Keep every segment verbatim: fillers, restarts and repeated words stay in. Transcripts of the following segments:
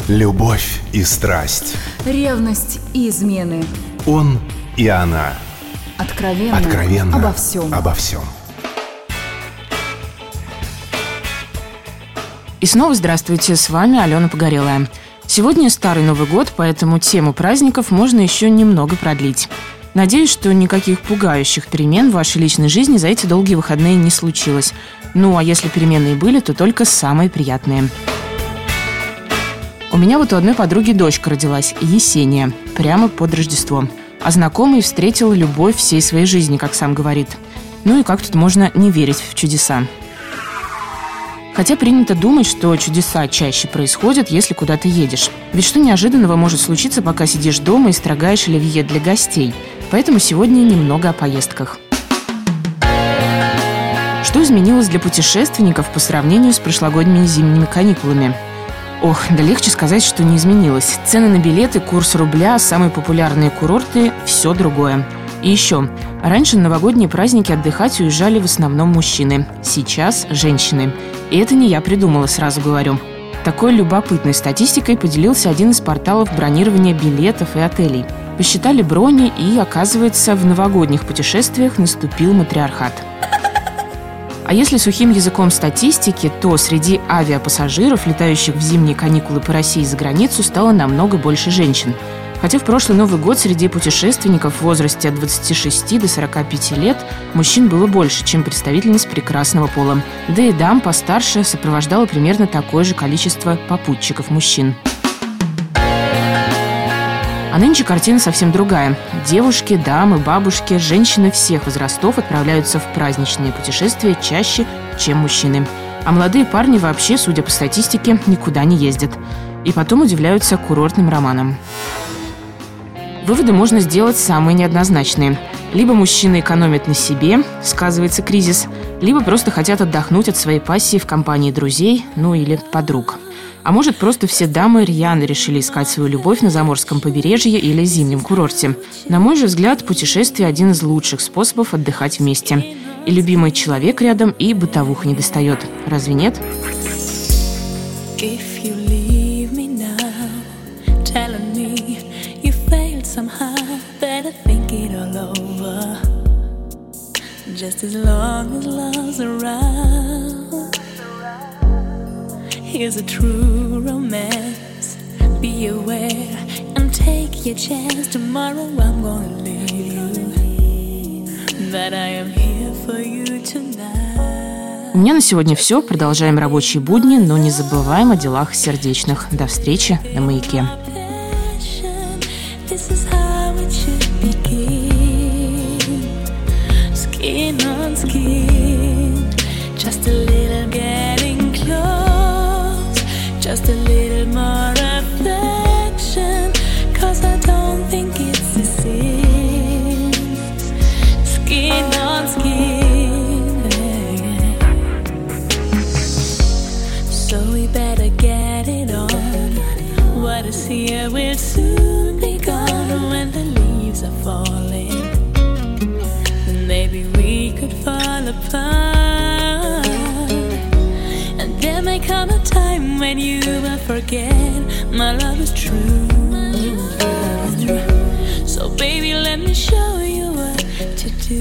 Любовь и страсть. Ревность и измены. Он и она. Откровенно, Откровенно обо всем. обо всем. И снова здравствуйте, с вами Алена Погорелая. Сегодня Старый Новый год, поэтому тему праздников можно еще немного продлить. Надеюсь, что никаких пугающих перемен в вашей личной жизни за эти долгие выходные не случилось. Ну, а если перемены и были, то только самые приятные. У меня вот у одной подруги дочка родилась, Есения, прямо под Рождество. А знакомый встретил любовь всей своей жизни, как сам говорит. Ну и как тут можно не верить в чудеса? Хотя принято думать, что чудеса чаще происходят, если куда-то едешь. Ведь что неожиданного может случиться, пока сидишь дома и строгаешь оливье для гостей? Поэтому сегодня немного о поездках. Что изменилось для путешественников по сравнению с прошлогодними зимними каникулами? Ох, да легче сказать, что не изменилось. Цены на билеты, курс рубля, самые популярные курорты – все другое. И еще, раньше на новогодние праздники отдыхать уезжали в основном мужчины. Сейчас – женщины. И это не я придумала, сразу говорю. Такой любопытной статистикой поделился один из порталов бронирования билетов и отелей. Посчитали брони, и, оказывается, в новогодних путешествиях наступил матриархат. А если сухим языком статистики, то среди авиапассажиров, летающих в зимние каникулы по России и за границу, стало намного больше женщин. Хотя в прошлый Новый год среди путешественников в возрасте от двадцати шести до сорока пяти лет мужчин было больше, чем представительниц прекрасного пола. Да и дам постарше сопровождало примерно такое же количество попутчиков мужчин. А нынче картина совсем другая. Девушки, дамы, бабушки, женщины всех возрастов отправляются в праздничные путешествия чаще, чем мужчины. А молодые парни вообще, судя по статистике, никуда не ездят. И потом удивляются курортным романам. Выводы можно сделать самые неоднозначные. Либо мужчины экономят на себе, сказывается кризис, либо просто хотят отдохнуть от своей пассии в компании друзей, ну или подруг. А может, просто все дамы рьяно решили искать свою любовь на заморском побережье или зимнем курорте. На мой же взгляд, путешествие – один из лучших способов отдыхать вместе. И любимый человек рядом, и бытовуха не достает. Разве нет? Just as long as love's around, here's a true romance. Be aware and take your chance. Tomorrow I'm gonna leave you, that I am here for you tonight. У меня на сегодня все. Продолжаем рабочие будни, но не забываем о делах сердечных. До встречи на Маяке. Skin on skin, just a little getting close, just a little more affection, cause I don't think it's the same. Skin on skin, yeah. So we better get it on. What is here will soon be gone when the leaves are falling. Maybe we could fall apart, and there may come a time when you will forget my love is true. So baby, let me show you what to do.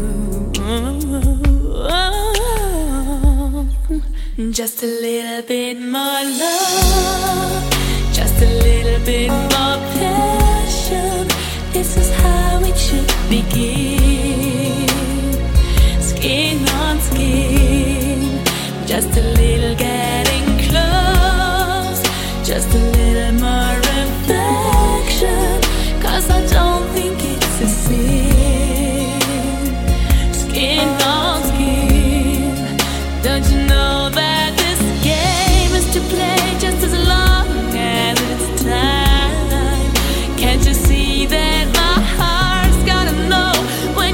Just a little bit more love, just a little bit more passion. This is how it should begin. Skin on skin, just a little getting close, just a little more affection, cause I don't think it's a sin. Skin on skin, don't you know that this game is to play just as long as it's time? Can't you see that my heart's gotta know when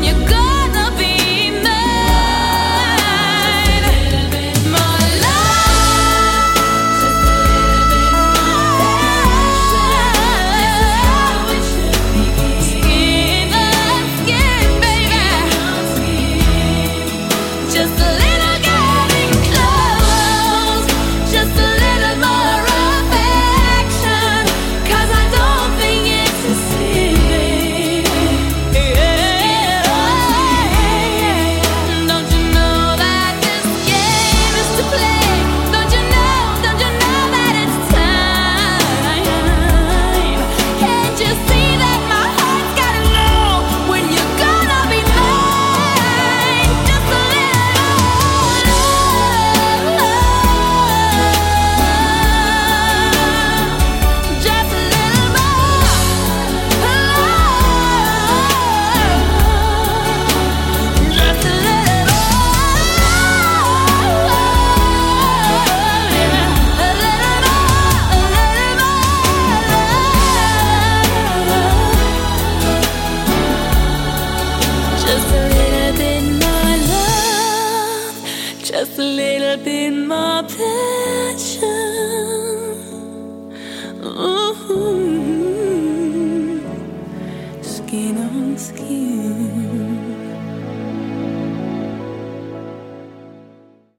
skin on skin.